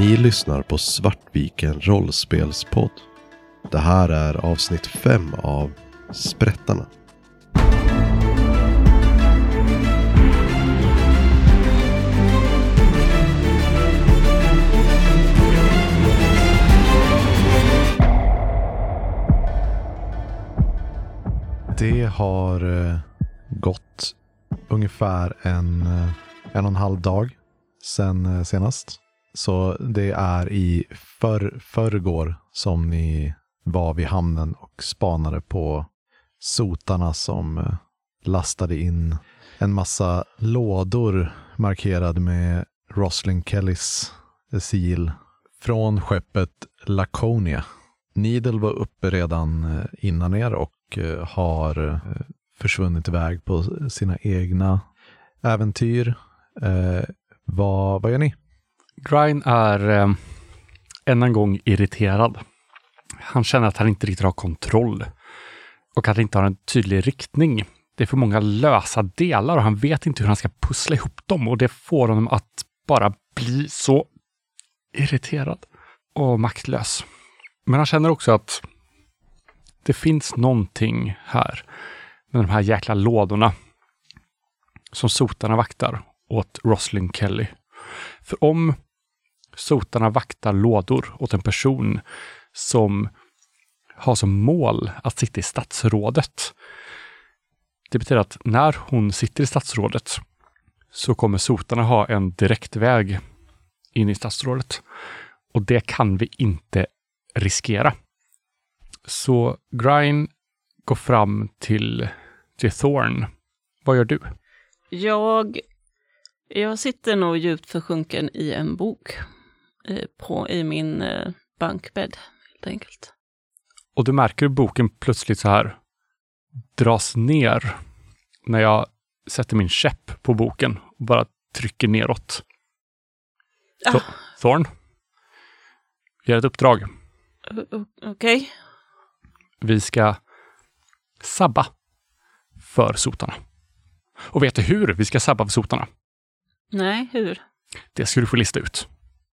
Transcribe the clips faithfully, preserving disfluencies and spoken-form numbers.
Ni lyssnar på Svartviken rollspelspodd. Det här är avsnitt fem av Sprättarna. Det har eh, gått ungefär en, eh, en och en halv dag sen eh, senast. Så det är i för, förrgår som ni var vid hamnen och spanade på sotarna som eh, lastade in en massa lådor markerade med Rosalind Kellys sigill från skeppet Laconia. Needle var uppe redan eh, innan er och har försvunnit iväg på sina egna äventyr. Eh, vad, vad gör ni? Grine är eh, än en gång irriterad. Han känner att han inte riktigt har kontroll och att han inte har en tydlig riktning. Det är för många lösa delar och han vet inte hur han ska pussla ihop dem och det får honom att bara bli så irriterad och maktlös. Men han känner också att det finns någonting här med de här jäkla lådorna som sotarna vaktar åt Rosalind Kelly. För om sotarna vaktar lådor åt en person som har som mål att sitta i statsrådet, det betyder att när hon sitter i statsrådet så kommer sotarna ha en direkt väg in i statsrådet. Och det kan vi inte riskera. Så Grine går fram till, till Thorn. Vad gör du? Jag, jag sitter nog djupt försjunken i en bok eh, på, i min eh, bankbädd helt enkelt. Och du märker hur boken plötsligt så här dras ner när jag sätter min käpp på boken och bara trycker neråt. Ah. Th- Thorn, gör ett uppdrag. O- Okej. Okay. Vi ska sabba för sotarna. Och vet du hur vi ska sabba för sotarna? Nej, hur? Det ska du få lista ut.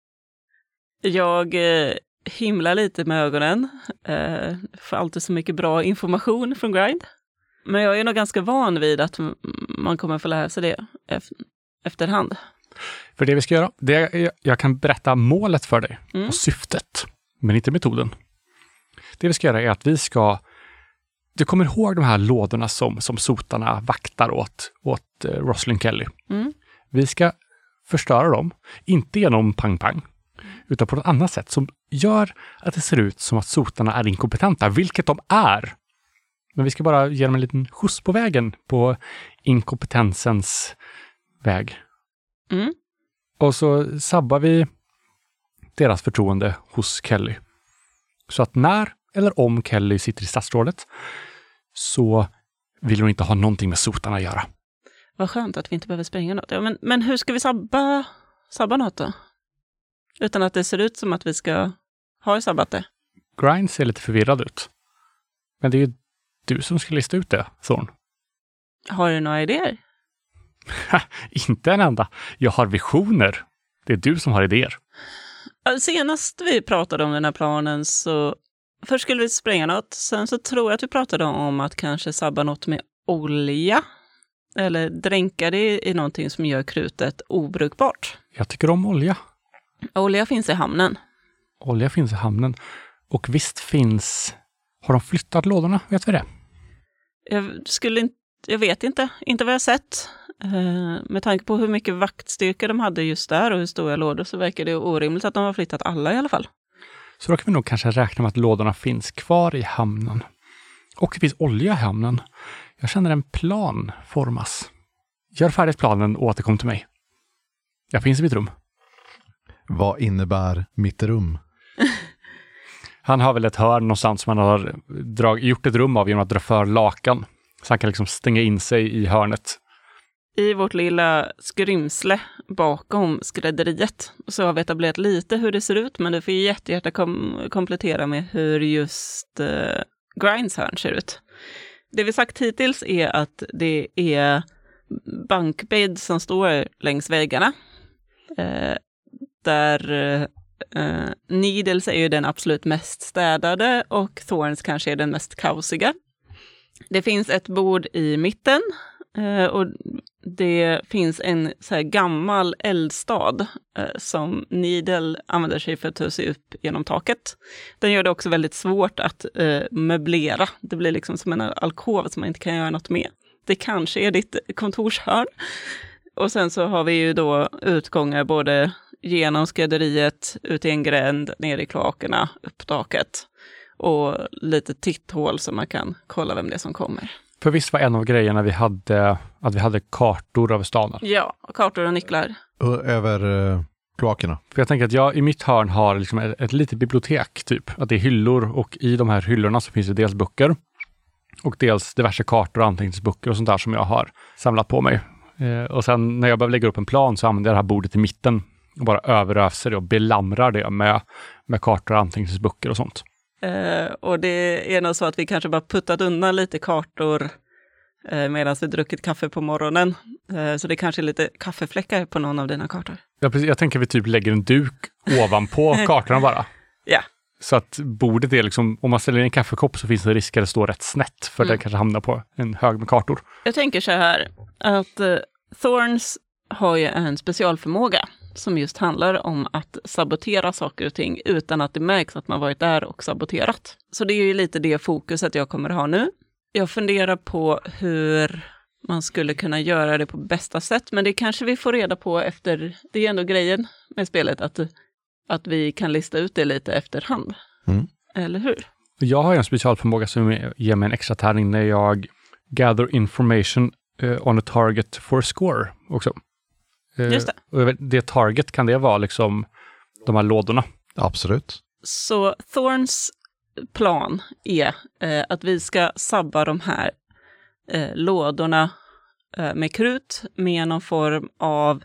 Jag eh, himlar lite med ögonen. Eh, får alltid så mycket bra information från Grind. Men jag är nog ganska van vid att m- man kommer få lära sig det ef- efterhand. För det vi ska göra, det är, jag kan berätta målet för dig Mm. och syftet, men inte metoden. Det vi ska göra är att vi ska... Du kommer ihåg de här lådorna som, som sotarna vaktar åt, åt uh, Rosalind Kelly. Mm. Vi ska förstöra dem, inte genom pang-pang, utan på ett annat sätt som gör att det ser ut som att sotarna är inkompetenta, vilket de är. Men vi ska bara ge dem en liten skjuts på vägen på inkompetensens väg. Mm. Och så sabbar vi deras förtroende hos Kelly. Så att när eller om Kelly sitter i statsrådet så vill hon inte ha någonting med sotarna att göra. Vad skönt att vi inte behöver spränga något. Ja, men, men hur ska vi sabba, sabba något då? Utan att det ser ut som att vi ska ha sabbat det. Grine ser lite förvirrad ut. Men det är ju du som ska lista ut det, Thorn. Har du några idéer? Inte en enda. Jag har visioner. Det är du som har idéer. Senast vi pratade om den här planen så... Först skulle vi spränga något. Sen så tror jag att vi pratade om att kanske sabba något med olja. Eller dränka det i någonting som gör krutet obrukbart. Jag tycker om olja. Olja finns i hamnen. Olja finns i hamnen. Och visst finns... Har de flyttat lådorna? Vet vi det? Jag skulle inte... Jag vet inte. Inte vad jag sett. Uh, med tanke på hur mycket vaktstyrka de hade just där och hur stora lådor så verkar det orimligt att de har flyttat alla i alla fall. Så då kan vi nog kanske räkna med att lådorna finns kvar i hamnen. Och det finns olja i hamnen. Jag känner en plan formas. Gör färdigt planen och återkom till mig. Jag finns i mitt rum. Vad innebär mitt rum? Han har väl ett hörn någonstans som han har drag, gjort ett rum av genom att dra för lakan. Så han kan liksom stänga in sig i hörnet. I vårt lilla skrymsle bakom skrädderiet så har vi etablerat lite hur det ser ut, men det får jättegärna kom- komplettera med hur just uh, Grinds hörn ser ut. Det vi sagt hittills är att det är bankbädd som står längs väggarna. Eh, där Uh, Needles är ju den absolut mest städade och Thorns kanske är den mest kaosiga. Det finns ett bord i mitten uh, och det finns en så här gammal eldstad uh, som Needle använder sig för att ta sig upp genom taket. Den gör det också väldigt svårt att uh, möblera. Det blir liksom som en alkov som man inte kan göra något med. Det kanske är ditt kontorshörn. Och sen så har vi ju då utgångar både genom skrädderiet, ut i en gränd, ner i kloakerna, upp taket. Och lite titthål så man kan kolla vem det är som kommer. För visst var en av grejerna vi hade att vi hade kartor över staden. Ja, kartor och nycklar. Och över uh, kloakerna. För jag tänker att jag i mitt hörn har liksom ett, ett litet bibliotek typ. Att det är hyllor och i de här hyllorna så finns det dels böcker. Och dels diverse kartor och anteckningsböcker och sånt där som jag har samlat på mig. Eh, och sen när jag behöver lägga upp en plan så använder jag det här bordet i mitten. Och bara överöser det och belamrar det med, med kartor och anteckningsböcker och sånt. Uh, och det är nog så att vi kanske bara puttat undan lite kartor uh, medan vi druckit kaffe på morgonen. Uh, så det kanske är lite kaffefläckar på någon av dina kartor. Ja, precis. Jag tänker att vi typ lägger en duk ovanpå kartorna bara. Ja. Så att bordet är liksom, om man ställer in en kaffekopp så finns det risk att det står rätt snett. För mm. det kanske hamnar på en hög med kartor. Jag tänker så här att uh, Thorns har ju en specialförmåga som just handlar om att sabotera saker och ting utan att det märks att man varit där och saboterat. Så det är ju lite det fokuset jag kommer ha nu. Jag funderar på hur man skulle kunna göra det på bästa sätt, men det kanske vi får reda på efter, det är ändå grejen med spelet, att, att vi kan lista ut det lite efterhand. Mm. Eller hur? Jag har en specialförmåga som ger mig en extra tärning när jag gather information uh, on a target for a score också. Just det. Och det target, kan det vara liksom de här lådorna? Absolut. Så Thorns plan är eh, att vi ska sabba de här eh, lådorna eh, med krut med någon form av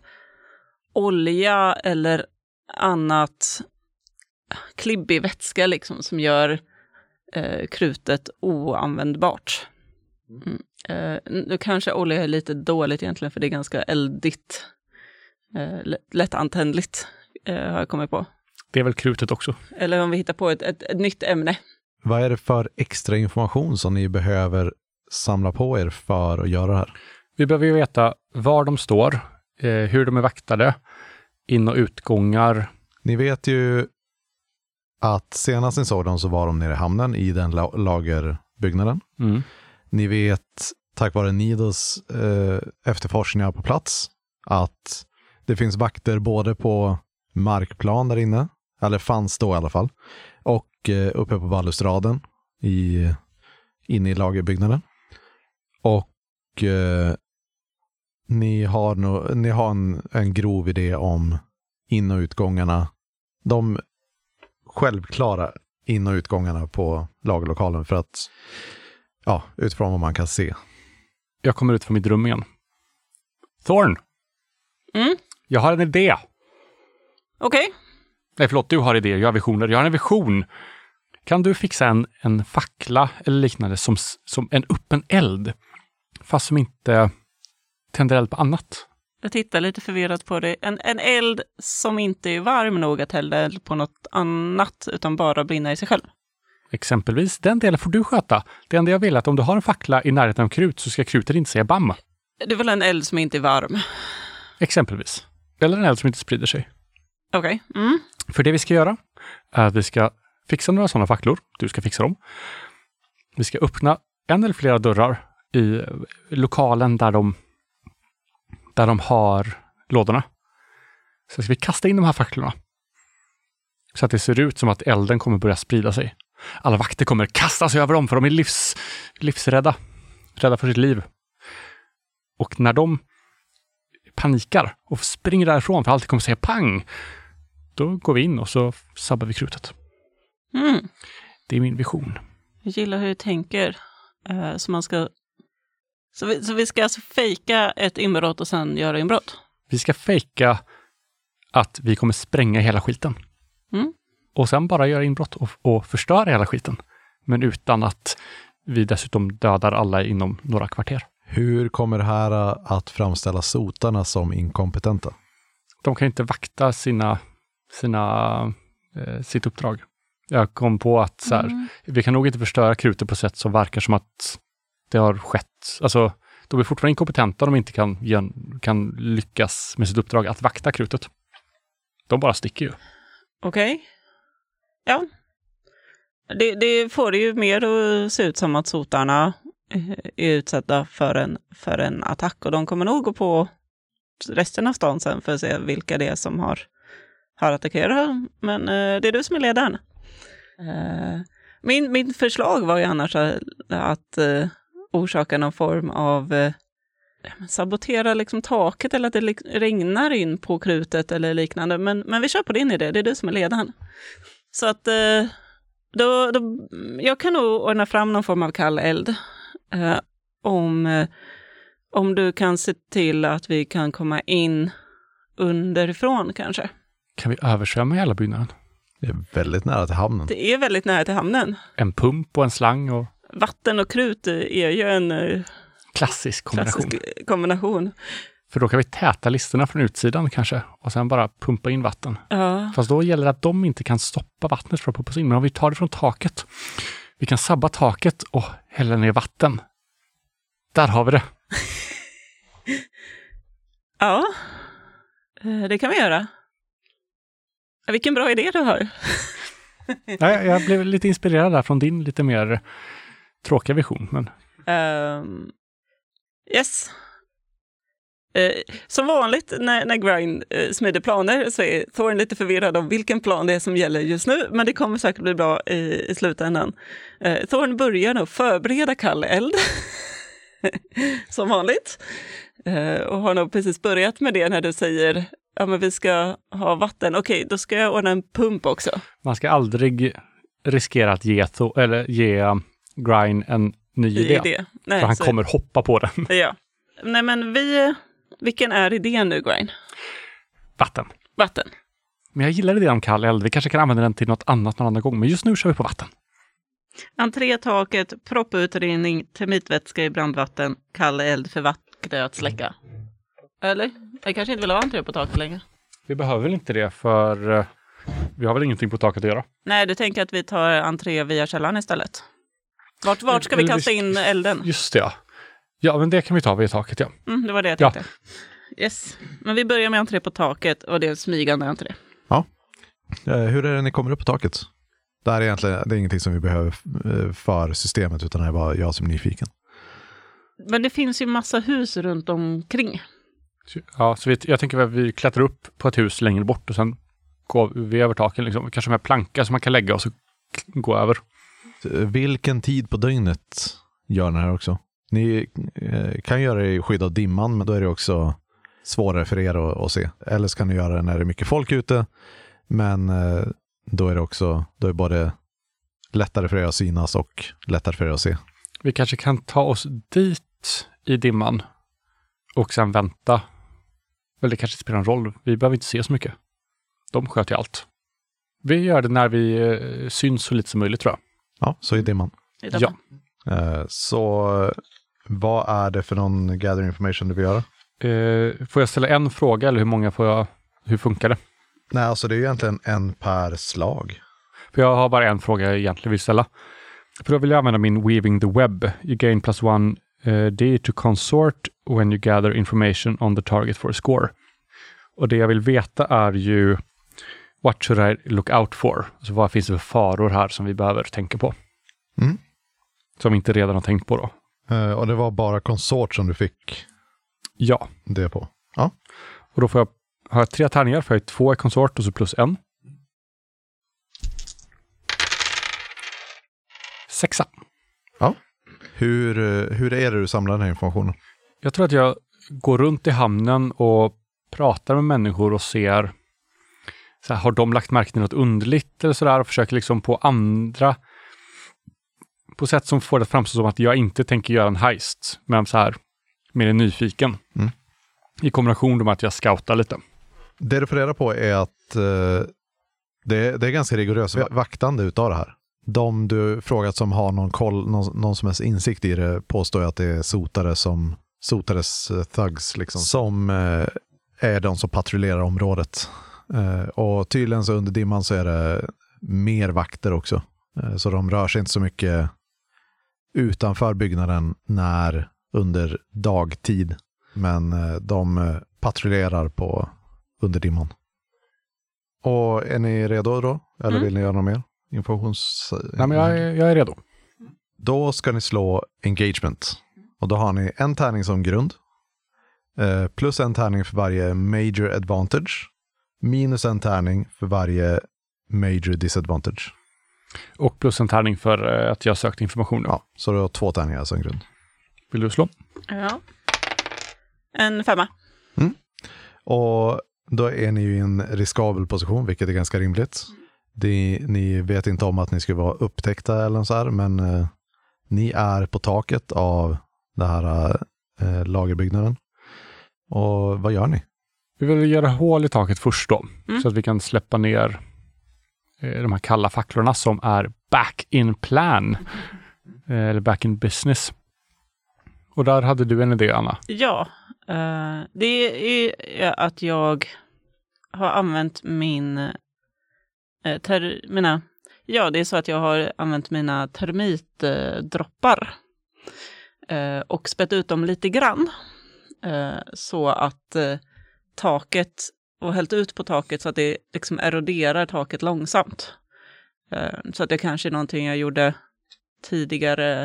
olja eller annat klibbig vätska liksom, som gör eh, krutet oanvändbart. Mm. Eh, nu kanske olja är lite dåligt egentligen för det är ganska eldigt. Uh, lättantändligt uh, har jag kommit på. Det är väl krutet också. Eller om vi hittar på ett, ett, ett nytt ämne. Vad är det för extra information som ni behöver samla på er för att göra det här? Vi behöver ju veta var de står, eh, hur de är vaktade, in- och utgångar. Ni vet ju att senast ni såg dem så var de nere i hamnen i den la- lagerbyggnaden. Mm. Ni vet tack vare Needles eh, efterforskningar på plats att det finns vakter både på markplan där inne, eller fanns då i alla fall, och eh, uppe på balustraden i, inne i lagerbyggnaden. Och eh, ni har, no, ni har en, en grov idé om in- och utgångarna. De självklara in- och utgångarna på lagerlokalen för att, ja, utifrån vad man kan se. Jag kommer ut från mitt rum igen. Thorn! Mm? Jag har en idé. Okej. Okay. Nej, förlåt, du har idé. Jag har visioner. Jag har en vision. Kan du fixa en, en fackla eller liknande som, som en öppen eld? Fast som inte tänder eld på annat. Jag tittar lite förvirrat på det. En, en eld som inte är varm nog att tända eld på något annat utan bara brinna i sig själv. Exempelvis. Den delen får du sköta. Det enda jag vill är att om du har en fackla i närheten av krut så ska krutet inte säga bam. Det är väl en eld som inte är varm? Exempelvis. Eller en eld som inte sprider sig. Okej. Okay. Mm. För det vi ska göra är att vi ska fixa några sådana facklor. Du ska fixa dem. Vi ska öppna en eller flera dörrar i lokalen där de, där de har lådorna. Så ska vi kasta in de här facklorna. Så att det ser ut som att elden kommer börja sprida sig. Alla vakter kommer kasta sig över dem för de är livs, livsrädda. Rädda för sitt liv. Och när de panikar och springer därifrån för alltid kommer säga pang, då går vi in och så sabbar vi krutet. Mm. Det är min vision. Jag gillar hur du tänker. Uh, så man ska så vi, så vi ska alltså fejka ett inbrott och sen göra inbrott? Vi ska fejka att vi kommer spränga hela skiten. Mm. Och sen bara göra inbrott och, och förstöra hela skiten. Men utan att vi dessutom dödar alla inom några kvarter. Hur kommer det här att framställa sotarna som inkompetenta? De kan inte vakta sina, sina eh, sitt uppdrag. Jag kom på att så här, mm. vi kan nog inte förstöra krutet på sätt som verkar som att det har skett. Alltså, de är fortfarande inkompetenta om de inte kan, kan lyckas med sitt uppdrag att vakta krutet. De bara sticker ju. Okej. Okay. Ja. Det, det får det ju mer att se ut som att sotarna är utsatta för en, för en attack. Och de kommer nog gå på resten av stan sen för att se vilka det är som har, har attackerat. Men eh, det är du som är ledaren. Eh, min, min förslag var ju annars att, att eh, orsaka någon form av eh, sabotera liksom taket eller att det regnar in på krutet eller liknande. Men, men vi kör på din idé, det är du som är ledaren. Så att eh, då, då, jag kan nog ordna fram någon form av kall eld. Eh, om, eh, om du kan se till att vi kan komma in underifrån kanske. Kan vi översvämma hela byggnaden? Det är väldigt nära till hamnen. Det är väldigt nära till hamnen. En pump och en slang och... Vatten och krut är ju en... Eh, klassisk kombination. Klassisk kombination. För då kan vi täta listerna från utsidan kanske och sen bara pumpa in vatten. Ja. Fast då gäller det att de inte kan stoppa vattnet för att pumpas in. Men om vi tar det från taket, vi kan sabba taket och hälla ner vatten. Där har vi det. Ja, det kan vi göra. Vilken bra idé du har. Ja, jag blev lite inspirerad där från din lite mer tråkiga vision. Men... Um, yes. Uh, som vanligt när, när Grind uh, smider planer så är Thorn lite förvirrad om vilken plan det är som gäller just nu, men det kommer säkert bli bra i, i slutändan. Uh, Thorn börjar nu förbereda kall eld som vanligt uh, och har nog precis börjat med det när du säger ja men vi ska ha vatten. Okej, okay, då ska jag ordna en pump också. Man ska aldrig riskera att ge, Thor, eller ge Grind en ny idé. idé. Nej, för han så... kommer hoppa på den. Ja. Nej men vi... Vilken är idén nu, Grind? Vatten. Vatten. Men jag gillar idén om kall eld. Vi kanske kan använda den till något annat någon annan gång. Men just nu kör vi på vatten. Entrétaket, propputredning, termitvätska i brandvatten, kall eld för vatten att släcka. Eller? Jag kanske inte vill ha entré på taket längre. Vi behöver väl inte det för uh, vi har väl ingenting på taket att göra. Nej, du tänker att vi tar entré via källaren istället. Vart, vart ska vi kasta in elden? Just det, ja. Ja, men det kan vi ta vid taket, ja. Mm, det var det jag tänkte. Ja. Yes. Men vi börjar med entré på taket och det är en smygande entré. Ja. Eh, hur är det när ni kommer upp på taket? Det här är egentligen det är ingenting som vi behöver för systemet utan det är bara jag som är nyfiken. Men det finns ju massa hus runt omkring. Ja, så vi, jag tänker att vi klättrar upp på ett hus längre bort och sen går vi över taken. Liksom. Kanske med plankar som man kan lägga och så gå över. Vilken tid på dygnet gör den här också? Ni eh, kan göra det i skydd av dimman, men då är det också svårare för er att, att se. Eller så kan ni göra det när det är mycket folk ute, men eh, då är det också då är både lättare för er att synas och lättare för er att se. Vi kanske kan ta oss dit i dimman och sen vänta. Eller det kanske spelar en roll. Vi behöver inte se så mycket. De sköter ju allt. Vi gör det när vi eh, syns så lite som möjligt, tror jag. Ja, så i dimman. I dimman. Ja. Eh, så vad är det för någon gather information du vill göra? Eh, får jag ställa en fråga eller hur många får jag, hur funkar det? Nej, alltså det är ju egentligen en per slag. För jag har bara en fråga jag egentligen vill ställa. För då vill jag använda min Weaving the Web. You gain plus one uh, D to consort when you gather information on the target for a score. Och det jag vill veta är ju what should I look out for? Alltså vad finns det för faror här som vi behöver tänka på? Mm. Som vi inte redan har tänkt på då. Uh, och det var bara konsort som du fick ja. det på? Ja. Och då får jag ha tre tärningar för jag har två i konsort och så plus en. Sexa. Ja. Hur, hur är det du samlar den här informationen? Jag tror att jag går runt i hamnen och pratar med människor och ser så här, har de lagt märke till något underligt eller sådär och försöker liksom på andra på sätt som får det att framstå som att jag inte tänker göra en heist men så här mer är nyfiken. Mm. I kombination med att jag scoutar lite. Det du får reda på är att eh, det, det är ganska rigoröst vaktande utav det här. De du frågat som har någon koll, någon, någon som helst insikt i det påstår att det är sotare som sotares uh, thugs liksom, som uh, är de som patrullerar området Eh, och tydligen så under dimman så är det mer vakter också. Eh, så de rör sig inte så mycket utanför byggnaden när under dagtid. Men eh, de eh, patrullerar på under dimman. Och är ni redo då? Eller Mm. vill ni göra något mer? Informations... Nej, men jag, är- jag är redo. Då ska ni slå engagement. Och då har ni en tärning som grund. Eh, plus en tärning för varje major advantage. Minus en tärning för varje major disadvantage. Och plus en tärning för eh, att jag sökt information. Ja, så du har två tärningar som grund. Vill du slå? Ja. En femma. Och då är ni ju i en riskabel position, vilket är ganska rimligt. Det, ni vet inte om att ni ska vara upptäckta eller så här, men eh, ni är på taket av det här eh, lagerbyggnaden. Och vad gör ni? Vi vill göra hål i taket först då. Mm. Så att vi kan släppa ner eh, de här kalla facklorna som är back in plan. Eh, eller back in business. Och där hade du en idé, Anna. Ja, eh, det är att jag har använt min eh, ter, mina, ja det är så att jag har använt mina termitdroppar eh, och spett ut dem lite grann eh, så att eh, taket, och hällt ut på taket så att det liksom eroderar taket långsamt. Eh, så att det kanske är någonting jag gjorde tidigare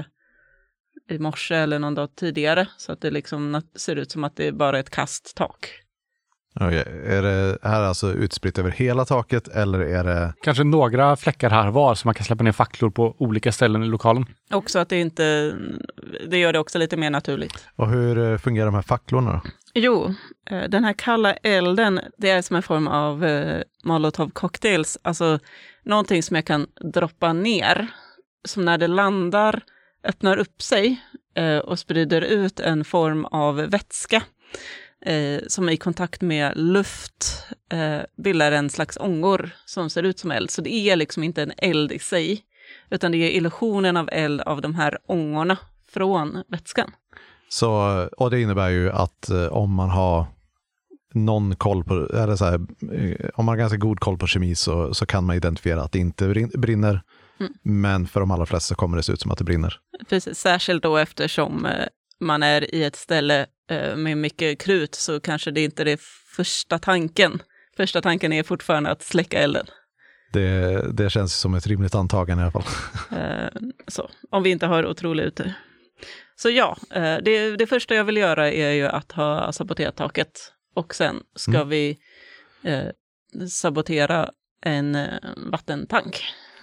i morse eller någon dag tidigare, så att det liksom ser ut som att det är bara ett kasttak. Okay. Är det här alltså utspritt över hela taket eller är det... Kanske några fläckar här var så man kan släppa ner facklor på olika ställen i lokalen. Också att det inte, det gör det också lite mer naturligt. Och hur fungerar de här facklorna då? Jo, den här kalla elden, det är som en form av eh, Molotov cocktails, alltså någonting som jag kan droppa ner, som när det landar öppnar upp sig eh, och sprider ut en form av vätska eh, som i kontakt med luft eh, bildar en slags ångor som ser ut som eld. Så det är liksom inte en eld i sig, utan det är illusionen av eld av de här ångorna från vätskan. Så, och det innebär ju att eh, om man har någon koll på, eller så här, eh, om man har ganska god koll på kemi så, så kan man identifiera att det inte brin- brinner. Mm. Men för de allra flesta kommer det se ut som att det brinner. Precis, särskilt då eftersom eh, man är i ett ställe eh, med mycket krut, så kanske det inte är det första tanken. Första tanken är fortfarande att släcka elden. Det, det känns som ett rimligt antagande i alla fall. Eh, så, om vi inte har otroligt ute. Så ja, eh, det, det första jag vill göra är ju att ha saboterat taket. Och sen ska mm. vi eh, sabotera en eh, vattentank.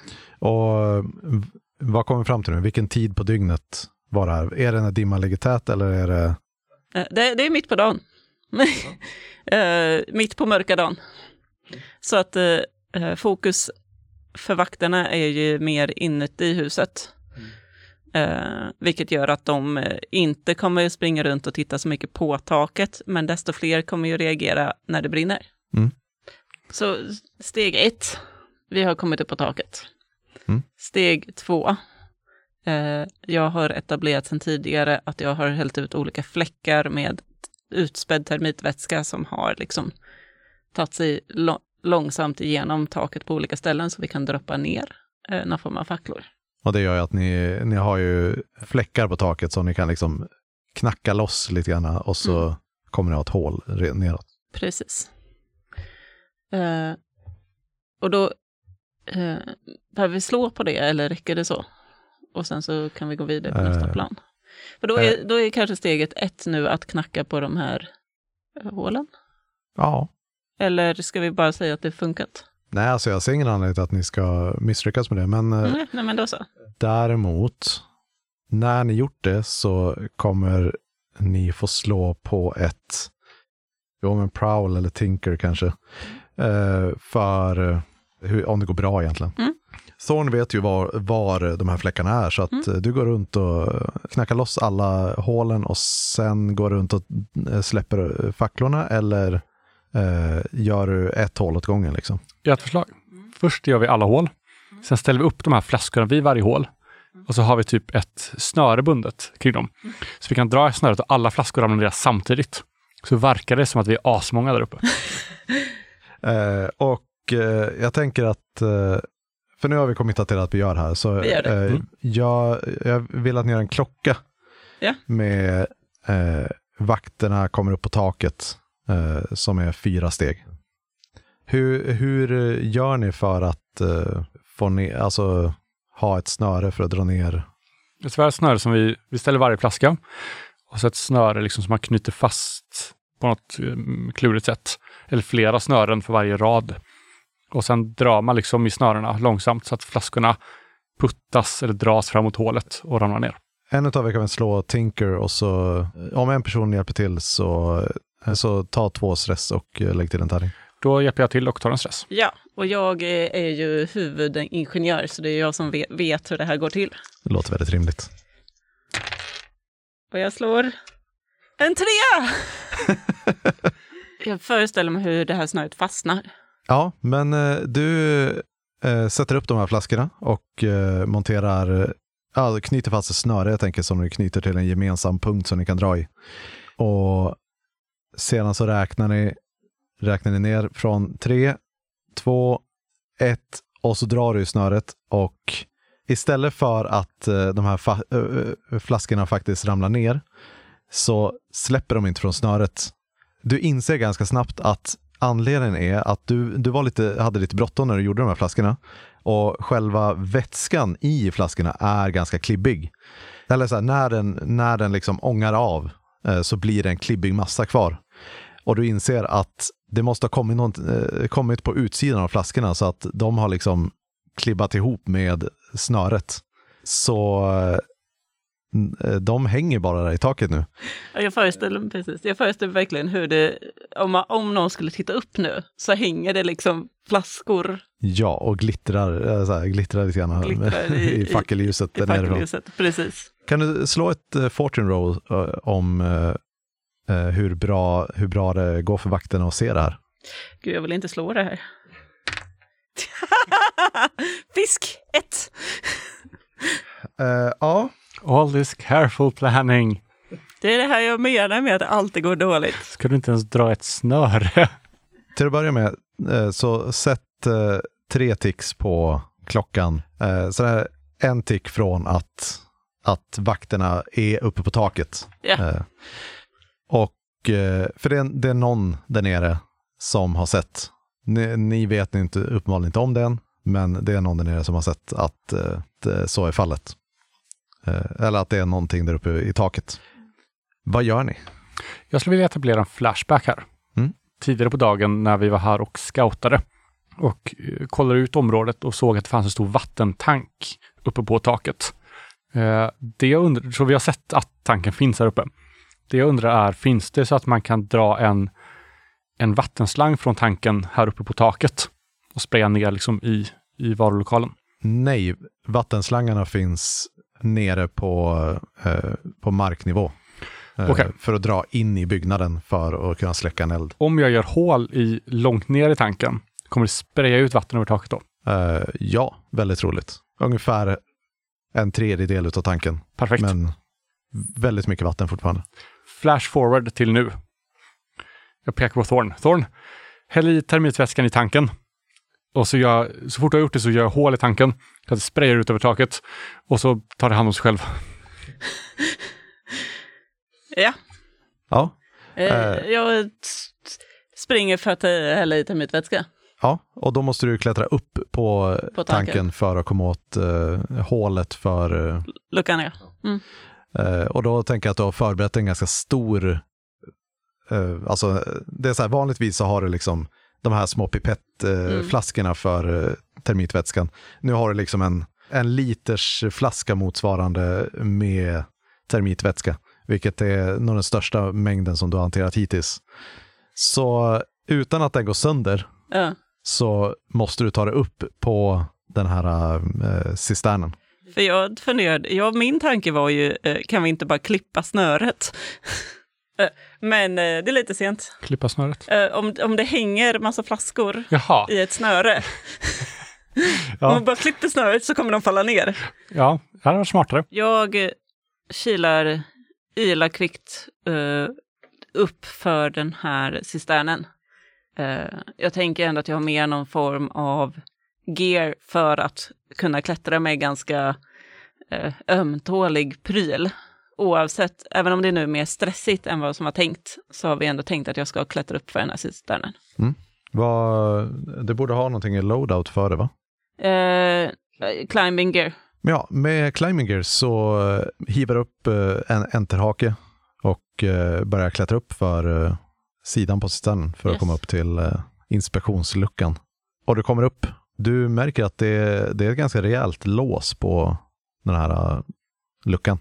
Och vad kommer vi fram till nu? Vilken tid på dygnet var det här? Är det när dimman ligger tät eller är det... Eh, det, det är mitt på dagen. eh, mitt på mörka dagen. Så att eh, fokus för vakterna är ju mer inuti huset. Eh, vilket gör att de eh, inte kommer springa runt och titta så mycket på taket, men desto fler kommer ju reagera när det brinner. Mm. Så steg ett, vi har kommit upp på taket. Mm. Steg två, eh, jag har etablerat sedan tidigare att jag har hällt ut olika fläckar med utspädd termitvätska som har liksom tagit sig lo- långsamt igenom taket på olika ställen, så vi kan droppa ner eh, någon form av facklor. Och det gör ju att ni, ni har ju fläckar på taket som ni kan liksom knacka loss lite grann och så mm. kommer ni ha ett hål neråt. Precis. Uh, och då uh, behöver vi slå på det eller räcker det så? Och sen så kan vi gå vidare på uh, nästa plan. För då är, uh, då är kanske steget ett nu att knacka på de här uh, hålen? Ja. Eller ska vi bara säga att det funkat? Nej, alltså jag ser ingen anledning till att ni ska misslyckas med det. Men, mm, nej, men då så. Däremot, när ni gjort det så kommer ni få slå på ett jo, men prowl eller tinker kanske. Eh, för hur, om det går bra egentligen. Mm. Thorn vet ju var, var de här fläckarna är, så att mm. du går runt och knackar loss alla hålen och sen går runt och släpper facklorna, eller eh, gör du ett hål åt gången liksom? Jag har ett förslag. Först gör vi alla hål. Sen ställer vi upp de här flaskorna vid varje hål. Och så har vi typ ett snöre bundet kring dem. Så vi kan dra snöret och alla flaskor ramlar ner samtidigt. Så verkar det som att vi är asmånga där uppe. Eh, och eh, jag tänker att, eh, för nu har vi kommit till att vi gör här, så Vi gör det. eh, Mm. jag, jag vill att ni gör en klocka Ja. med eh, vakterna kommer upp på taket eh, som är fyra steg. Hur, hur gör ni för att eh, få ner, alltså ha ett snöre för att dra ner? Ett svärd snöre som vi, vi ställer varje flaska. Och så ett snöre liksom som man knyter fast på något um, klurigt sätt. Eller flera snören för varje rad. Och sen drar man liksom i snörena långsamt så att flaskorna puttas eller dras fram mot hålet och ramlar ner. En av er kan väl slå Tinker och så om en person hjälper till så, så ta två stress och lägg till en tärning. Då hjälper jag till och tar en stress. Ja, och jag är, är ju huvudingenjör så det är jag som vet, vet hur det här går till. Det låter väldigt rimligt. Och jag slår en trea! Jag föreställer mig hur det här snöret fastnar. Ja, men eh, du eh, sätter upp de här flaskorna och eh, monterar, ja, knyter fast ett snöre, jag tänker, som du knyter till en gemensam punkt som ni kan dra i. Och sedan så räknar ni, räknar ni ner från tre, två, ett och så drar du i snöret och istället för att eh, de här fa- äh, flaskorna faktiskt ramlar ner så släpper de inte från snöret. Du inser ganska snabbt att anledningen är att du, du var lite, hade lite bråttom när du gjorde de här flaskorna och själva vätskan i flaskorna är ganska klibbig. Eller så här, när den, när den liksom ångar av eh, så blir det en klibbig massa kvar. Och du inser att det måste ha kommit, något, eh, kommit på utsidan av flaskorna så att de har liksom klibbat ihop med snöret. Så eh, de hänger bara där i taket nu. Ja, jag föreställer mig precis. Jag föreställer mig verkligen hur det, om, man, om någon skulle titta upp nu så hänger det liksom flaskor. Ja, och glittrar, eh, så här, glittrar lite grann Glittrar i, i- i facelljuset. I där nerifrån. facelljuset, precis. Kan du slå ett uh, fortune roll uh, om uh, uh, hur, bra, hur bra det går för vakterna att se det här? Gud, jag vill inte slå det här. Fisk, ett. Uh, ja. All this careful planning. Det är det här jag menar med att det alltid går dåligt. Ska du inte ens dra ett snöre? Till att börja med uh, så sätt uh, tre ticks på klockan. Uh, så här, en tick från att, att vakterna är uppe på taket. Ja. Uh, och uh, för det är, det är någon där nere som har sett. Ni, ni vet inte, uppenbarligen inte om den, men det är någon där nere som har sett att uh, det, så är fallet. Uh, eller att det är någonting där uppe i taket. Vad gör ni? Jag skulle vilja etablera en flashback här. Mm. Tidigare på dagen när vi var här och scoutade och eh, kollade ut området och såg att det fanns en stor vattentank uppe på taket. Eh, det jag undrar, så vi har sett att tanken finns här uppe. Det jag undrar är, finns det så att man kan dra en, en vattenslang från tanken här uppe på taket och spraya ner liksom i, i varulokalen? Nej, vattenslangarna finns nere på, uh, på marknivå. Uh, Okej. För att dra in i byggnaden för att kunna släcka en eld. Om jag gör hål i, långt ner i tanken, kommer det spraya ut vatten över taket då? Uh, ja, väldigt roligt. Ungefär en tredjedel av tanken. Perfekt. Men väldigt mycket vatten fortfarande. Flash forward till nu. Jag pekar på Thorn. Thorn, häll i termitvätskan i tanken. Och så, jag, så fort jag har gjort det så gör jag hål i tanken. Så att det sprayar ut över taket. Och så tar det hand om sig själv. Ja. Ja, Eh, Eh. Jag t- springer för att eh, hälla i termitvätska. ja, och då måste du klättra upp på, På tanken. tanken. för att komma åt uh, hålet för... Uh, Luckan, ja. Mm. uh, och då tänker jag att du har förberett en ganska stor... Uh, alltså, det är så här, vanligtvis så har du liksom de här små pipettflaskorna uh, Mm. för uh, termitvätskan. Nu har du liksom en, en liters flaska motsvarande med termitvätska. Vilket är nog den största mängden som du har hanterat hittills. Så utan att den går sönder Ja. så måste du ta det upp på den här äh, cisternen. För jag funderade, ja, min tanke var ju, eh, kan vi inte bara klippa snöret? Eh, Men eh, det är lite sent. Klippa snöret. Eh, Om, om det hänger massa flaskor Jaha. i ett snöre, om Ja, man bara klipper snöret så kommer de falla ner. ja det hade varit smartare. Jag eh, kilar ila kvickt eh, upp för den här cisternen. Uh, jag tänker ändå att jag har mer någon form av gear för att kunna klättra med ganska uh, ömtålig pryl. Oavsett, även om det nu är mer stressigt än vad som var tänkt, så har vi ändå tänkt att jag ska klättra upp för den här cisternen. Mm. Vad, det borde ha någonting i loadout för det, va? Uh, climbing gear. Ja, med climbing gear så hivar upp en enterhake och börjar klättra upp för sidan på cisternen för yes. att komma upp till inspektionsluckan. Och du kommer upp. Du märker att det, det är ett ganska rejält lås på den här luckan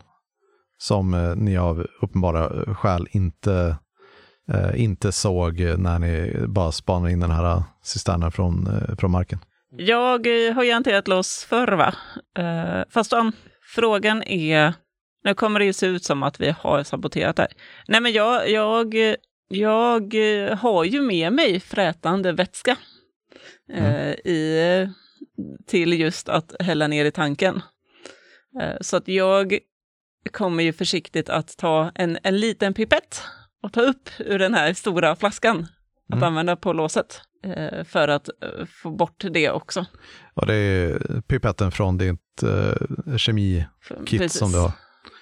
som ni av uppenbara skäl inte, inte såg när ni bara spanade in den här cisternen från, från marken. Jag har ju hanterat lås förr, va? Uh, fast om frågan är... Nu kommer det ju se ut som att vi har saboterat det här. Nej, men jag, jag, jag har ju med mig frätande vätska uh, mm. i, till just att hälla ner i tanken. Uh, så att jag kommer ju försiktigt att ta en, en liten pipett och ta upp ur den här stora flaskan att mm. använda på låset. För att få bort det också. Och det är pipetten från ditt uh, kemikit Precis. Som du har.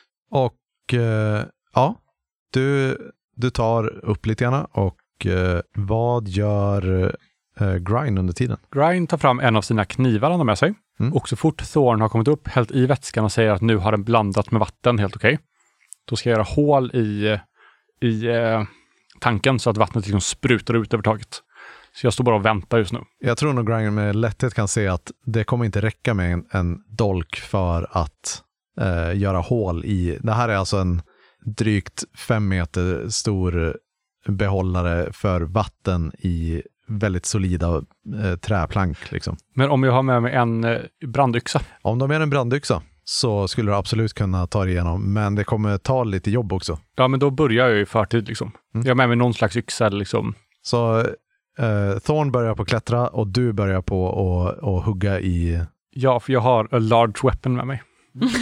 Och uh, ja, du, du tar upp lite grann och uh, vad gör uh, Grind under tiden? Grind tar fram en av sina knivar han har med sig. Mm. Och så fort Thorn har kommit upp, hällt i vätskan och säger att nu har den blandat med vatten, helt okej. Okay. Då ska jag göra hål i, i uh, tanken så att vattnet liksom sprutar ut över taget. Så jag står bara och väntar just nu. Jag tror nog Grind med lätthet kan se att det kommer inte räcka med en, en dolk för att eh, göra hål i. Det här är alltså en drygt fem meter stor behållare för vatten i väldigt solida eh, träplank. Liksom. Men om jag har med mig en eh, brandyxa? Om de är en brandyxa så skulle du absolut kunna ta det igenom. Men det kommer ta lite jobb också. Ja, men då börjar jag ju i förtid. Liksom. Mm. Jag har med mig någon slags yxa. Liksom. Så... Uh, Thorn börjar på att klättra och du börjar på att och hugga i... Ja, för jag har a large weapon med mig.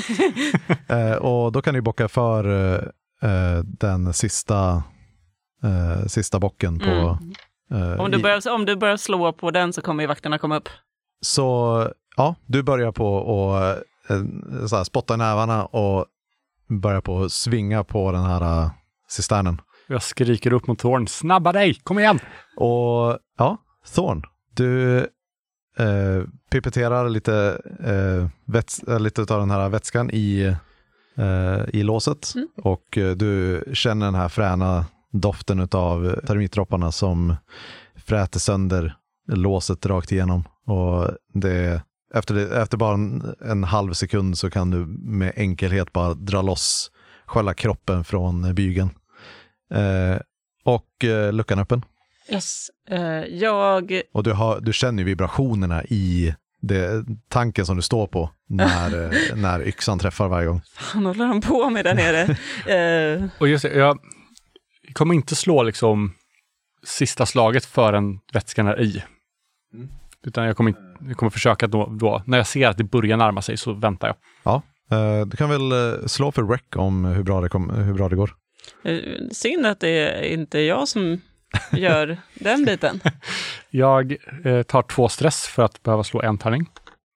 uh, och då kan du bocka för uh, den sista uh, sista bocken på... Mm. Uh, om, du börjar, om du börjar slå på den så kommer ju vakterna komma upp. Så ja, du börjar på att uh, så här, spotta i nävarna och börjar på att svinga på den här uh, cisternen. Jag skriker upp mot Thorn. Snabba dig, kom igen! Och ja, Thorn, du eh, pipetterar lite, eh, väts- lite av den här vätskan i, eh, i låset. Mm. Och eh, du känner den här fräna doften av termitdropparna som fräter sönder låset rakt igenom. Och det, efter, det, efter bara en, en halv sekund så kan du med enkelhet bara dra loss själva kroppen från bygeln. Eh, och eh, luckan öppen. Yes. Uh, jag... Och du, har, du känner vibrationerna i det, tanken som du står på när, eh, när yxan träffar varje gång. Fan, håller han på med där nere? uh... Och just det, jag kommer inte slå liksom sista slaget förrän vätskan är i. Mm. Utan jag kommer, jag kommer försöka då, då, när jag ser att det börjar närma sig så väntar jag. Ja, uh, du kan väl uh, slå för rec om hur bra det, kom, hur bra det går. Synd att det är inte jag som gör den biten. Jag eh, tar två stress för att behöva slå en tärning.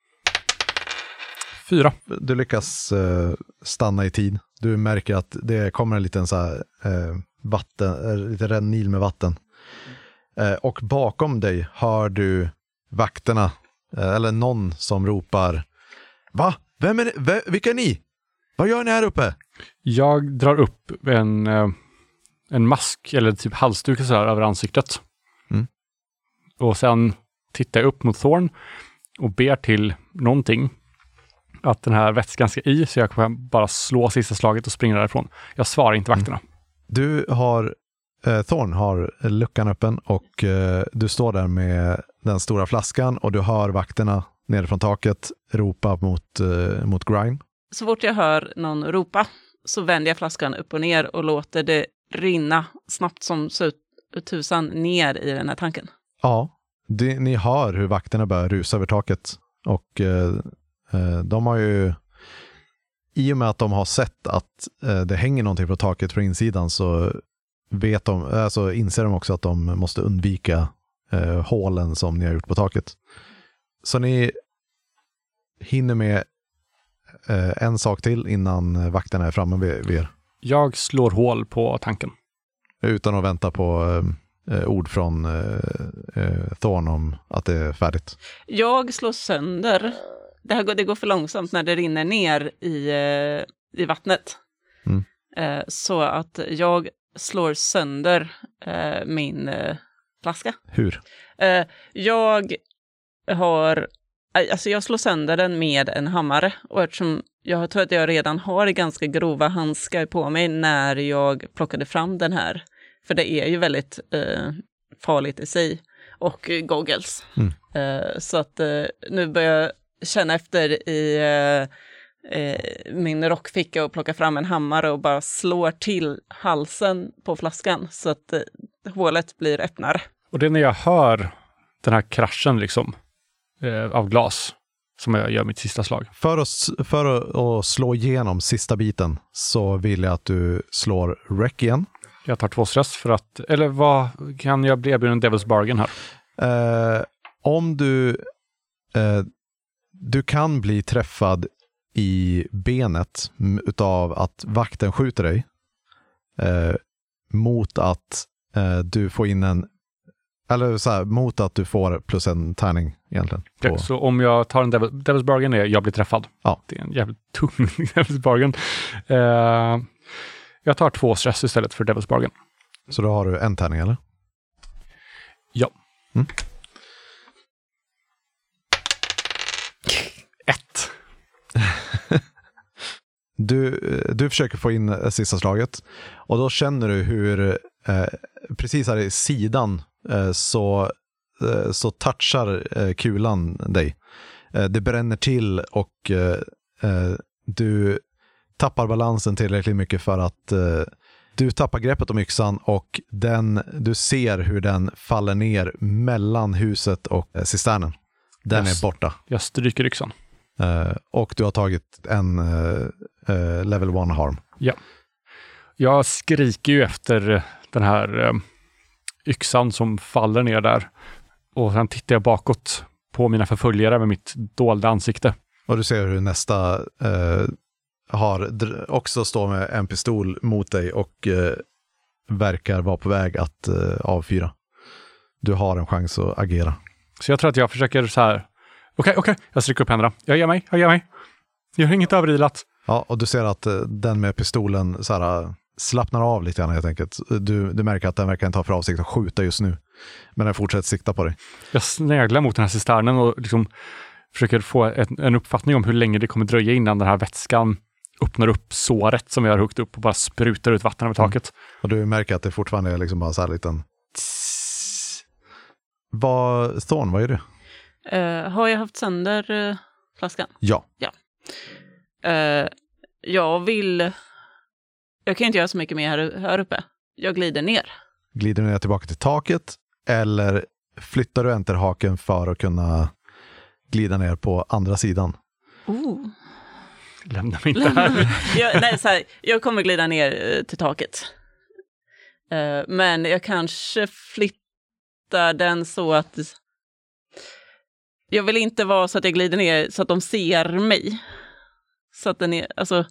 Fyra. Du lyckas eh, stanna i tid. Du märker att det kommer en liten så här, eh, vatten, eh, lite rännil med vatten. Eh, och bakom dig hör du vakterna, eh, eller någon som ropar: Va? Vem är det? V- vilka är ni? Vad gör ni här uppe? Jag drar upp en, en mask eller typ halsduk så här över ansiktet. Mm. Och sen tittar jag upp mot Thorn och ber till någonting att den här vätskan ska i, så jag kan bara slå sista slaget och springa därifrån. Jag svarar inte vakterna. Mm. Du har, eh, Thorn har luckan öppen och eh, du står där med den stora flaskan och du hör vakterna nere från taket ropa mot, eh, mot Grind. Så fort jag hör någon ropa så vänder jag flaskan upp och ner och låter det rinna snabbt som tusan ner i den här tanken. Ja, det, ni hör hur vakterna börjar rusa över taket. Och eh, de har ju, i och med att de har sett att eh, det hänger någonting på taket från insidan, så vet de, alltså inser de också att de måste undvika eh, hålen som ni har gjort på taket. Så ni hinner med eh, en sak till innan vakterna är framme vid, vid er. Jag slår hål på tanken. Utan att vänta på eh, ord från eh, eh, Thorn om att det är färdigt. Jag slår sönder. Det, här går, det går för långsamt när det rinner ner i, eh, i vattnet. Mm. Eh, så att jag slår sönder eh, min eh, flaska. Hur? Eh, jag har... Alltså jag slår sönder den med en hammare. Och eftersom jag tror att jag redan har ganska grova handskar på mig när jag plockade fram den här. För det är ju väldigt eh, farligt i sig. Och eh, goggles. Mm. Eh, så att eh, nu börjar jag känna efter i eh, eh, min rockficka och plocka fram en hammare och bara slår till halsen på flaskan. Så att eh, hålet blir öppnare. Och det är när jag hör den här kraschen liksom eh, av glas som jag gör mitt sista slag. För att, för att slå igenom sista biten så vill jag att du slår wreck igen. Jag tar två stress för att, eller vad kan jag bli erbjuden Devil's Bargain här? Eh, om du eh, du kan bli träffad i benet utav att vakten skjuter dig eh, mot att eh, du får in en eller så här, mot att du får plus en tärning egentligen. På... Okay, så om jag tar en Devil, Devil's Bargain är jag blir träffad. Ja. Det är en jävligt tung Devil's Bargain. Eh, jag tar två stress istället för Devil's Bargain. Så då har du en tärning eller? Ja. Mm. Ett. du, du försöker få in sista slaget och då känner du hur eh, precis här i sidan eh, så, eh, så touchar eh, kulan dig. Eh, det bränner till och eh, eh, du tappar balansen tillräckligt mycket för att eh, du tappar greppet om yxan och den, du ser hur den faller ner mellan huset och eh, cisternen. Den Yes. är borta. Jag stryker yxan. Uh, och du har tagit en uh, uh, level one harm. Ja. Jag skriker ju efter den här uh, yxan som faller ner där. Och sen tittar jag bakåt på mina förföljare med mitt dolda ansikte. Och du ser hur nästa uh, har dr- också står med en pistol mot dig och uh, verkar vara på väg att uh, avfyra. Du har en chans att agera. Så jag tror att jag försöker så här. Okej, okay, okej. Okay. Jag sträcker upp händerna. Jag ger mig, jag ger mig. Jag har inget överilat. Ja, och du ser att uh, den med pistolen så här, uh, slappnar av lite grann helt enkelt. Du, du märker att den verkar inte ha för avsikt att skjuta just nu. Men den fortsätter sikta på dig. Jag sneglar mot den här cisternen och liksom försöker få en, en uppfattning om hur länge det kommer dröja innan den här vätskan öppnar upp såret som jag har huggit upp och bara sprutar ut vatten över taket. Mm. Och du märker att det fortfarande är liksom bara så här liten... Vad, Thorn, vad är det? Uh, har jag haft sönder uh, flaskan? Ja. Ja. Uh, jag vill... Jag kan inte göra så mycket mer här, här uppe. Jag glider ner. Glider du ner tillbaka till taket eller flyttar du enterhaken för att kunna glida ner på andra sidan? Oh. Lämna mig inte här. jag, nej, så här, jag kommer glida ner uh, till taket. Uh, men jag kanske flyttar den så att... Jag vill inte vara så att jag glider ner så att de ser mig. Så att den är, alltså...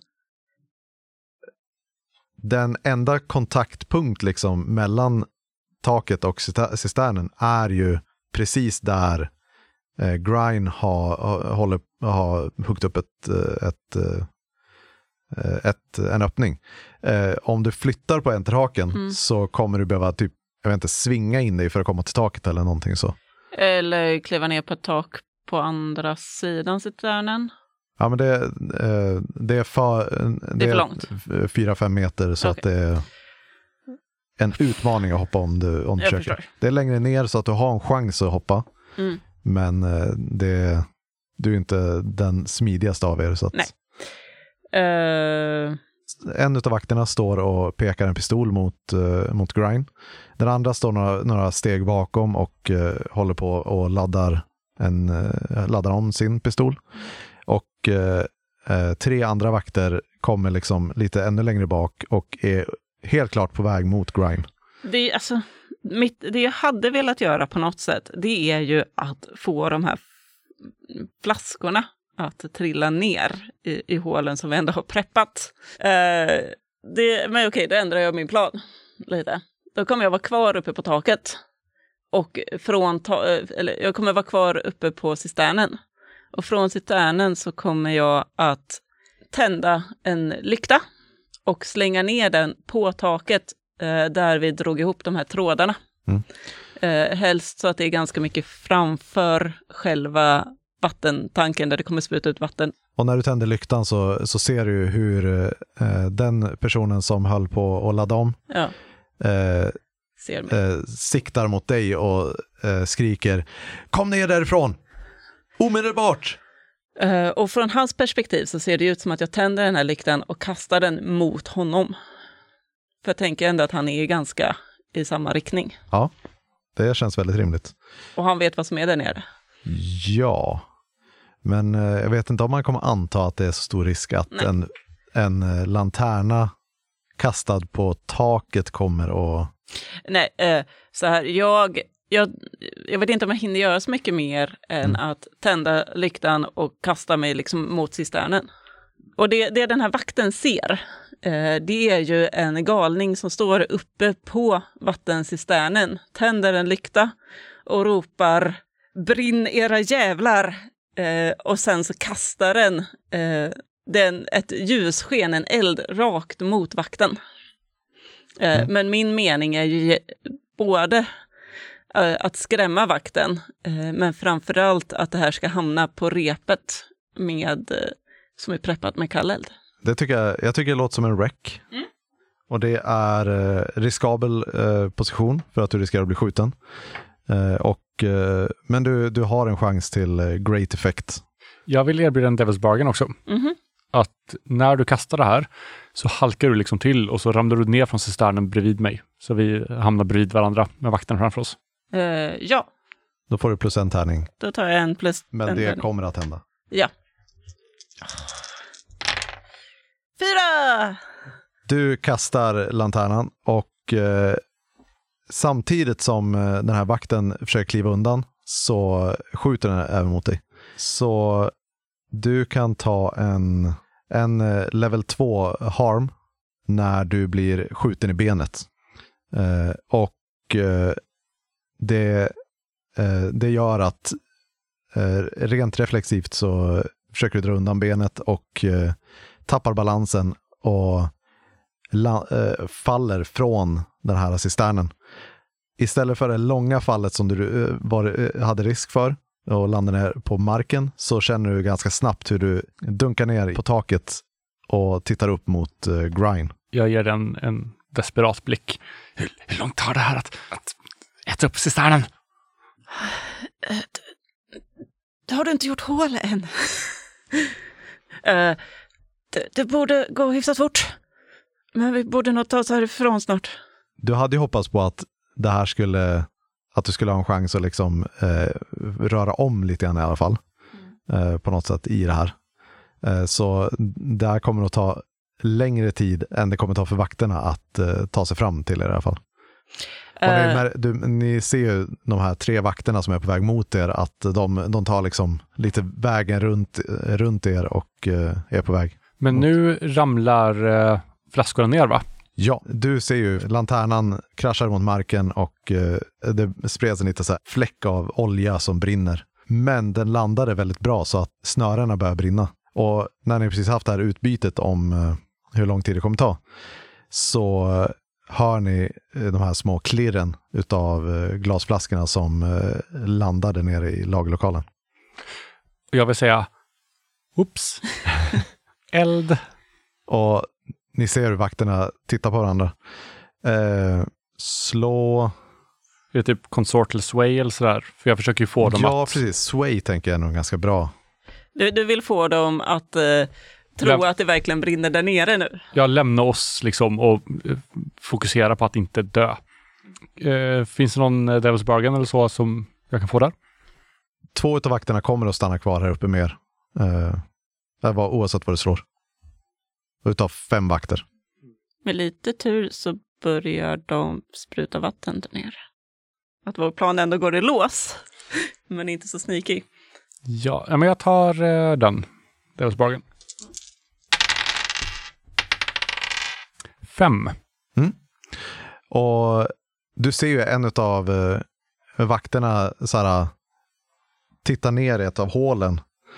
Den enda kontaktpunkt liksom mellan taket och cisternen är ju precis där eh, Grine har, har, håller, har huggt upp ett, ett, ett, ett, en öppning. Eh, om du flyttar på enterhaken mm. så kommer du behöva typ, jag vet inte, svinga in dig för att komma till taket eller någonting så. Eller kliva ner på ett tak på andra sidan cisternen. Ja, men det, det är för, det det är för långt. fyra fem meter så okay. Att det är en utmaning att hoppa om du, om du försöker. Förstår. Det är längre ner så att du har en chans att hoppa. Mm. Men det, du är inte den smidigaste av er. Så att Nej. Uh... En av vakterna står och pekar en pistol mot, uh, mot Grine. Den andra står några, några steg bakom och uh, håller på och laddar, en, uh, laddar om sin pistol. Och eh, eh, tre andra vakter kommer liksom lite ännu längre bak och är helt klart på väg mot Grine. Det är, alltså, mitt, det jag hade velat göra på något sätt, det är ju att få de här flaskorna att trilla ner i, i hålen som vi ändå har preppat. Eh, det, men okej, då ändrar jag min plan lite. Då kommer jag vara kvar uppe på taket. Och från ta- eller jag kommer vara kvar uppe på cisternen. Och från cisternen så kommer jag att tända en lykta och slänga ner den på taket eh, där vi drog ihop de här trådarna. Mm. Eh, helst så att det är ganska mycket framför själva vattentanken där det kommer spruta ut vatten. Och när du tänder lyktan så, så ser du hur eh, den personen som höll på att ladda om Ja. eh, Ser mig. eh, siktar mot dig och eh, skriker kom ner därifrån! Omedelbart! Uh, och från hans perspektiv så ser det ut som att jag tänder den här lyktan och kastar den mot honom. För jag tänker ändå att han är ganska i samma riktning. Ja, det känns väldigt rimligt. Och han vet vad som är där nere. Ja, men eh, jag vet inte om man kommer anta att det är så stor risk att Nej. en, en eh, lanterna kastad på taket kommer och... Nej, uh, så här, jag, jag, jag vet inte om jag hinner göra så mycket mer än Mm. att tända lyktan och kasta mig liksom mot cisternen. Och det, det den här vakten ser, uh, det är ju en galning som står uppe på vattencisternen, tänder en lykta och ropar brinn era jävlar, eh, och sen så kastar den, eh, den ett ljussken, en eld, rakt mot vakten. Eh, Mm. Men min mening är ju både eh, att skrämma vakten, eh, men framförallt att det här ska hamna på repet med, eh, som är preppat med kalleld. Det tycker jag, jag tycker det låter som en wreck. Mm. Och det är eh, riskabel eh, position för att du riskerar att bli skjuten. Eh, och, eh, men du, du har en chans till eh, great effect. Jag vill erbjuda en Devil's Bargain också. Mhm. Att när du kastar det här så halkar du liksom till och så ramlar du ner från cisternen bredvid mig. Så vi hamnar bredvid varandra med vakten framför oss. Eh, ja, Då får du plus en tärning. då tar jag en plus Men en det tärning. kommer att hända. Ja. Fyra! Du kastar lanternan och eh, samtidigt som eh, den här vakten försöker kliva undan så skjuter den även mot dig. Så du kan ta en, en eh, level två harm när du blir skjuten i benet. Eh, och eh, det, eh, det gör att eh, rent reflexivt så försöker du dra undan benet och eh, tappar balansen och la, eh, faller från den här cisternen. Istället för det långa fallet som du eh, var, eh, hade risk för och landade ner på marken så känner du ganska snabbt hur du dunkar ner på taket och tittar upp mot eh, Grine. Jag ger den en desperat blick. Hur, hur långt tar det här att, att äta upp cisternen? Det har du inte gjort hål än. uh, det, det borde gå hyfsat fort. Men vi borde nog ta oss härifrån snart. Du hade ju hoppats på att det här skulle, att du skulle ha en chans att liksom eh, röra om lite grann i alla fall. Eh, på något sätt i det här. Eh, så det här kommer att ta längre tid än det kommer ta för vakterna att eh, ta sig fram till er i alla fall. Och Uh, ni, mär- du, ni ser ju de här tre vakterna som är på väg mot er att de, de tar liksom lite vägen runt, runt er och eh, är på väg. Men nu ramlar eh, flaskorna ner, va? Ja, du ser ju lanternan kraschar mot marken och eh, det spreds en liten så här fläck av olja som brinner. Men den landade väldigt bra så att snörena börjar brinna. Och när ni precis haft det här utbytet om eh, hur lång tid det kommer ta så eh, hör ni eh, de här små klirren utav eh, glasflaskorna som eh, landade nere i lagerlokalen. Och jag vill säga, oops, eld. Och ni ser hur vakterna tittar på varandra. Eh, slå... Det är typ consortal sway eller sådär. För jag försöker ju få dem Ja, att... precis. Sway tänker jag är nog ganska bra. du, du vill få dem att eh, tro Läm- att det verkligen brinner där nere nu. Jag lämnar oss liksom och eh, fokusera på att inte dö. Eh, finns det någon eh, Devil's Bargain eller så som jag kan få där? Två av vakterna kommer att stanna kvar här uppe mer. Eh, det var oavsett vad det slår. Utav fem vakter. Med lite tur så börjar de spruta vatten där nere. att vår plan ändå går i lås. Men inte så sneaky. Ja, men jag tar uh, den. Det var bargain. Fem. Mm. Och du ser ju en av uh, vakterna så här, titta ner i ett av hålen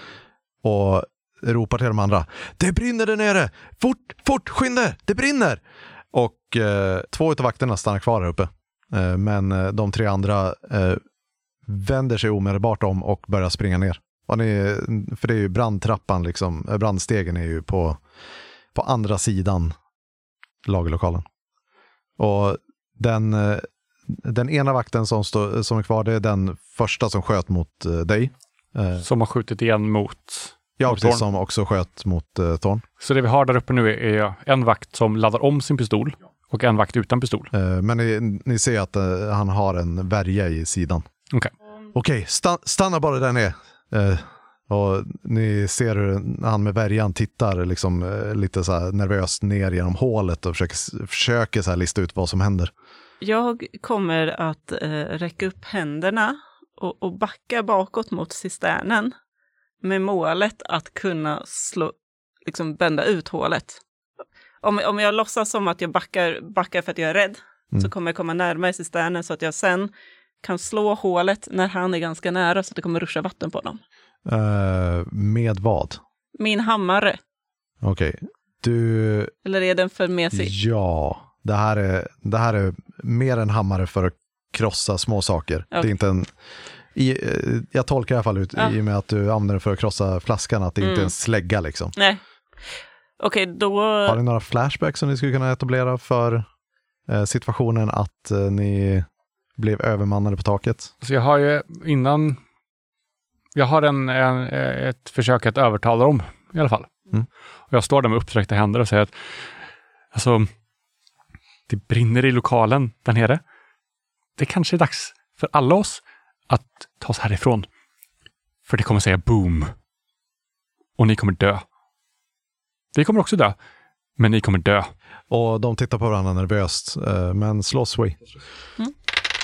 och ropar till de andra. Det brinner där nere! Fort, fort, skynda! Det brinner! Och uh, två av vakterna stannar kvar här uppe. Uh, men uh, de tre andra uh, vänder sig omedelbart om och börjar springa ner. Och ni, för det är ju brandtrappan, liksom, brandstegen är ju på, på andra sidan lagerlokalen. Och den, den ena vakten som, stå, som är kvar, det är den första som sköt mot uh, dig. Uh, som har skjutit igen mot Ja, mot precis, Thorn. som också sköt mot uh, Thorn. Så det vi har där uppe nu är en vakt som laddar om sin pistol och en vakt utan pistol. Uh, men ni, ni ser att uh, han har en värja i sidan. Okej. Okay. Okej, okay, sta, stanna bara där nere. Uh, och ni ser hur han med värjan tittar liksom, uh, lite så här nervöst ner genom hålet och försöker, försöker så här lista ut vad som händer. Jag kommer att eh, räcka upp händerna och, och backa bakåt mot cisternen med målet att kunna slå, liksom bända ut hålet. Om, om jag låtsas som att jag backar, backar för att jag är rädd mm. så kommer jag komma närmare cisternen så att jag sen kan slå hålet när han är ganska nära så att det kommer ruscha vatten på dem. Uh, med vad? Min hammare. Okej. Okay. Du... Eller är den för mesig? Ja, det här är, det här är mer en hammare för att krossa små saker. Okay. Det är inte en... I, jag tolkar i alla fall ut ja. i och med att du använder den för att krossa flaskan att det mm. inte är en slägga liksom. Nej. Okej, okay, då... Har ni några flashbacks som ni skulle kunna etablera för eh, situationen att eh, ni blev övermannade på taket? Så jag har ju innan... Jag har en, en, ett försök att övertala dem i alla fall. Mm. Och jag står där med uppsträckta händer och säger att alltså, det brinner i lokalen där nere. Det kanske är dags för alla oss att ta oss härifrån. För det kommer säga boom. Och ni kommer dö. Vi kommer också dö. Men ni kommer dö. Och de tittar på varandra nervöst. Men slå sway. Mm.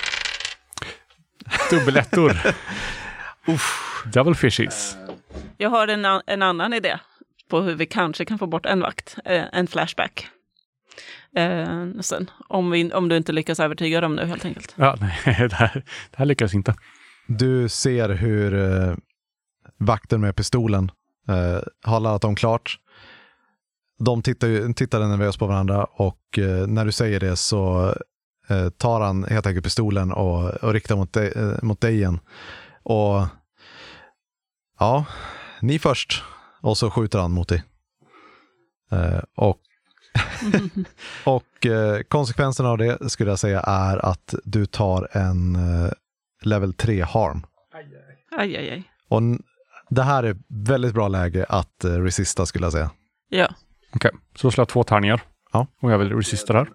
Dubbelettor. Uff. Double fishes. Jag har en, en annan idé på hur vi kanske kan få bort en vakt. En flashback. Eh, sen, om, vi, om du inte lyckas övertyga dem nu helt enkelt. Ja, nej, det här, det här lyckas inte. Du ser hur eh, vakten med pistolen eh, har laddat om klart. De tittar, tittar nervöst på varandra och eh, när du säger det så eh, tar han helt enkelt pistolen och, och riktar mot dig, eh, mot dig igen. Och ja, ni först. Och så skjuter han mot dig. Eh, och och eh, konsekvensen av det skulle jag säga är att du tar en eh, level tre harm. Aj, aj, aj. Och n- det här är väldigt bra läge att eh, resista skulle jag säga. Ja. Okej, okay. Så då slår jag två tärningar. Ja. Och jag vill resista där.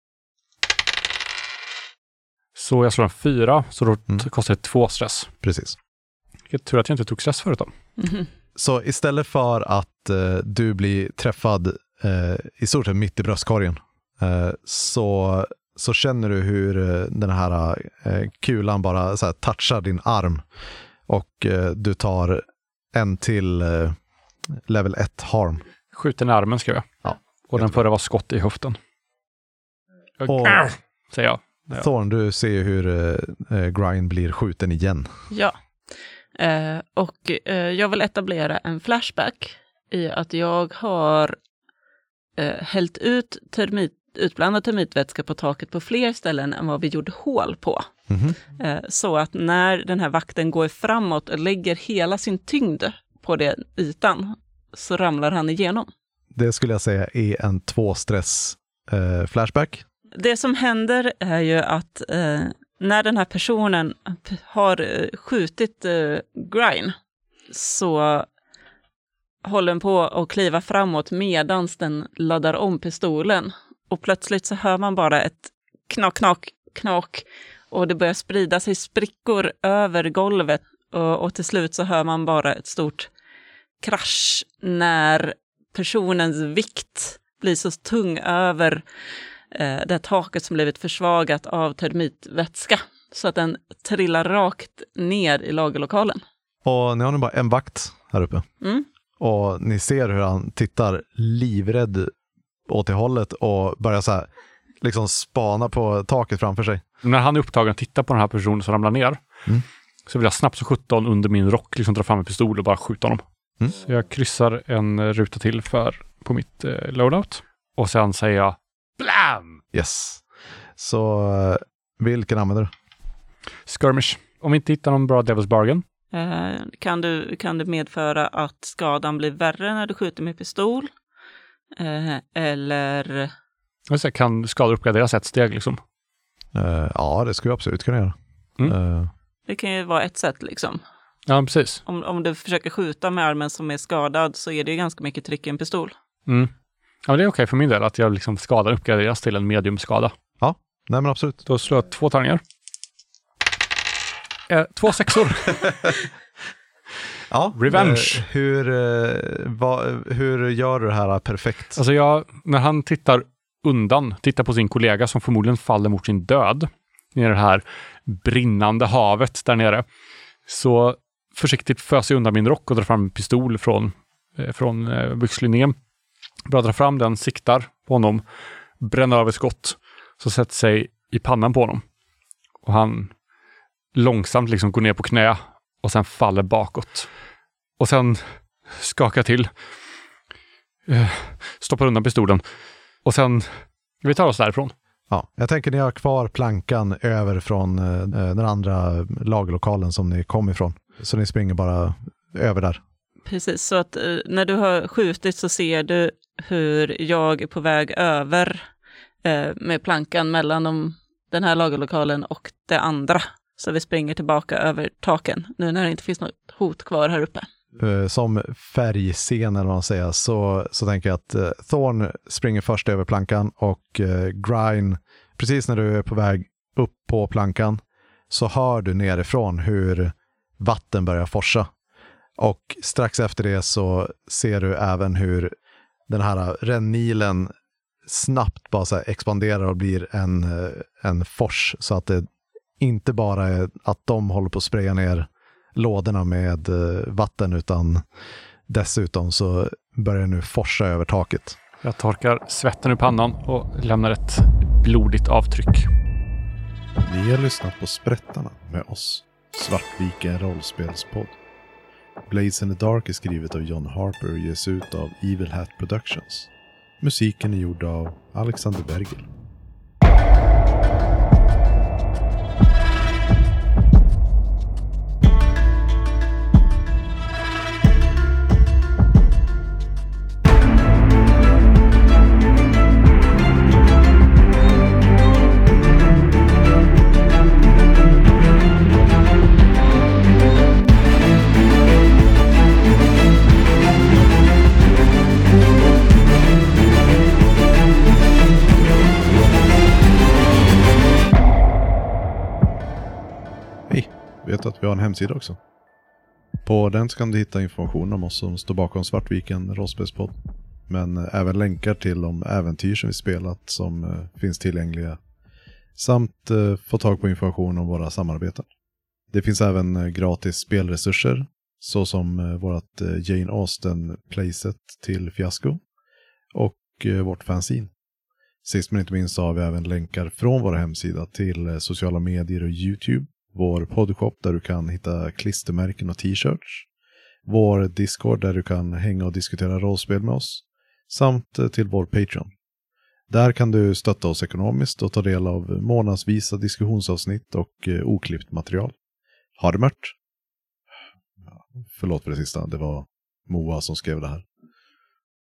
Så jag slår en fyra, så då mm. kostar det två stress. Precis. Jag tror att jag inte tog stress förut då. Mm-hmm. Så istället för att eh, du blir träffad eh, i stort sett mitt i bröstkorgen eh, så, så känner du hur eh, den här eh, kulan bara så här, touchar din arm och eh, du tar en till eh, level ett harm. Skjuten i armen ska jag. Ja. Och den förra var skott i höften. Och, äh, säger jag. Ja. Thorn, du ser hur eh, Grind blir skjuten igen. Ja. Eh, och eh, jag vill etablera en flashback i att jag har eh, hällt ut termit, utblandad termitvätska på taket på fler ställen än vad vi gjorde hål på. Mm-hmm. Eh, så att när den här vakten går framåt och lägger hela sin tyngd på den ytan så ramlar han igenom. Det skulle jag säga är en två-stress eh, flashback. Det som händer är ju att eh, när den här personen har eh, skjutit eh, Grind så håller den på att kliva framåt medans den laddar om pistolen. Och plötsligt så hör man bara ett knak, knak, knak och det börjar sprida sig sprickor över golvet och, och till slut så hör man bara ett stort krasch när personens vikt blir så tung över eh, det taket som blivit försvagat av termitvätska. så att den trillar rakt ner i lagerlokalen. Och ni har nu bara en vakt här uppe. Mm. Och ni ser hur han tittar livrädd åt det hållet och börjar så här liksom spana på taket framför sig. När han är upptagen att titta på den här personen som ramlar ner Mm. så vill jag snabbt så sjutton under min rock liksom dra fram en pistol och bara skjuta honom. Mm. Så jag kryssar en ruta till för på mitt eh, loadout. Och sen säger jag blam! Yes. Så eh, vilken använder du? Skirmish. Om vi inte hittar någon bra Devil's Bargain. Eh, kan, du, kan det medföra att skadan blir värre när du skjuter med pistol? Eh, eller... Jag säga, kan skador uppgraderas ett steg liksom? Eh, ja, det skulle jag absolut kunna göra. Mm. Eh, Det kan ju vara ett sätt liksom. Ja, precis. Om, om du försöker skjuta med armen som är skadad så är det ju ganska mycket tryck i en pistol. Mm. Ja, men det är okej för min del att jag liksom skadar uppgraderas till en mediumskada. ja, nej men absolut. Då slår jag två tärningar. Eh, två sexor. Ja, Revenge. Eh, hur, eh, va, hur gör du det här perfekt? Alltså jag, när han tittar undan, tittar på sin kollega som förmodligen faller mot sin död i det här brinnande havet där nere, så försiktigt föser jag undan min rock och drar fram en pistol från, eh, från eh, byxlinningen. Bara drar fram den, siktar på honom, bränner av ett skott, så sätter sig i pannan på honom. Och han långsamt liksom går ner på knä och sen faller bakåt. Och sen skakar till, eh, stoppar undan pistolen och sen vi tar oss därifrån. Ja, jag tänker ni har kvar plankan över från eh, den andra lagerlokalen som ni kom ifrån. Så ni springer bara över där. Precis, så att eh, när du har skjutit så ser du hur jag är på väg över eh, med plankan mellan de, den här lagerlokalen och det andra. Så vi springer tillbaka över taken nu när det inte finns något hot kvar här uppe. Eh, som färgscen eller vad man säger, så, så tänker jag att eh, Thorn springer först över plankan och eh, Grine, precis när du är på väg upp på plankan så hör du nerifrån hur vatten börjar forsa. Och strax efter det så ser du även hur den här rännilen snabbt bara så här expanderar och blir en, en fors, så att det inte bara är att de håller på att spraya ner lådorna med vatten, utan dessutom så börjar det nu forsa över taket. Jag torkar svetten ur pannan och lämnar ett blodigt avtryck. Ni har lyssnat på Sprättarna med oss, Svartviken rollspelspodd. Blaze in the Dark är skrivet av John Harper och ges ut av Evil Hat Productions. Musiken är gjord av Alexander Bergel. Vet att vi har en hemsida också. På den så kan du hitta information om oss som står bakom Svartviken rollspelspodd. Men även länkar till de äventyr som vi spelat som uh, finns tillgängliga. Samt uh, få tag på information om våra samarbeten. Det finns även uh, gratis spelresurser. Såsom uh, vårt uh, Jane Austen playset till Fiasko. Och uh, vårt fanzine. Sist men inte minst så har vi även länkar från våra hemsida till uh, sociala medier och YouTube. Vår poddshop där du kan hitta klistermärken och t-shirts. Vår Discord där du kan hänga och diskutera rollspel med oss. Samt till vår Patreon. Där kan du stötta oss ekonomiskt och ta del av månadsvisa diskussionsavsnitt och eh, oklippt material. Har det mört? Ja, förlåt för det sista, det var Moa som skrev det här.